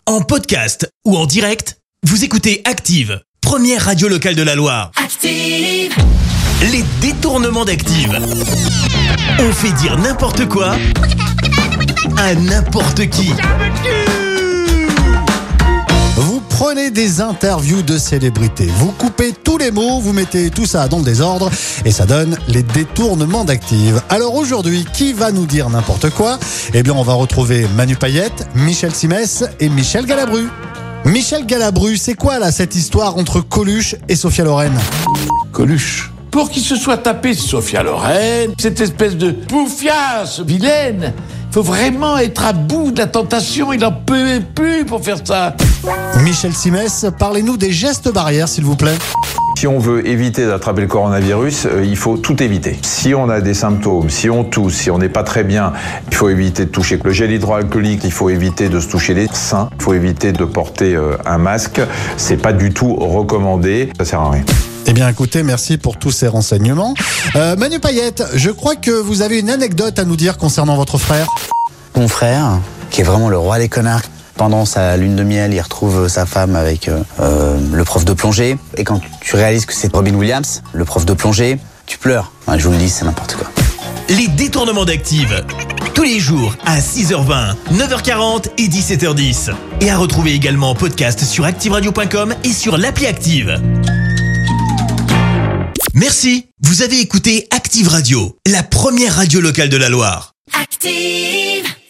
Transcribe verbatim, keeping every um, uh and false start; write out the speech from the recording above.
En podcast ou en direct, vous écoutez Active, première radio locale de la Loire. Active! Les détournements d'Active. On fait dire n'importe quoi à n'importe qui. Vous prenez des interviews de célébrités, vous coupez tous les mots, vous mettez tout ça dans le désordre et ça donne les détournements d'Active. Alors aujourd'hui, qui va nous dire n'importe quoi ? Eh bien, on va retrouver Manu Payette, Michel Simès et Michel Galabru. Michel Galabru, c'est quoi là cette histoire entre Coluche et Sophia Loren ? Coluche, pour qu'il se soit tapé Sophia Loren, cette espèce de poufiasse vilaine, faut vraiment être à bout de la tentation, il en peut plus pour faire ça. Michel Simès, parlez-nous des gestes barrières s'il vous plaît. Si on veut éviter d'attraper le coronavirus, euh, il faut tout éviter. Si on a des symptômes, si on tousse, si on n'est pas très bien, il faut éviter de toucher le gel hydroalcoolique, il faut éviter de se toucher les seins, il faut éviter de porter euh, un masque. C'est pas du tout recommandé, ça sert à rien. Eh bien écoutez, merci pour tous ces renseignements. Euh, Manu Payette, je crois que vous avez une anecdote à nous dire concernant votre frère. Mon frère, qui est vraiment le roi des connards, pendant sa lune de miel, il retrouve sa femme avec euh, euh, le prof de plongée. Et quand tu réalises que c'est Robin Williams, le prof de plongée, tu pleures. Enfin, je vous le dis, c'est n'importe quoi. Les détournements d'Active. Tous les jours à six heures vingt, neuf heures quarante et dix-sept heures dix. Et à retrouver également en podcast sur active radio point com et sur l'appli Active. Merci. Vous avez écouté Active Radio, la première radio locale de la Loire. Active!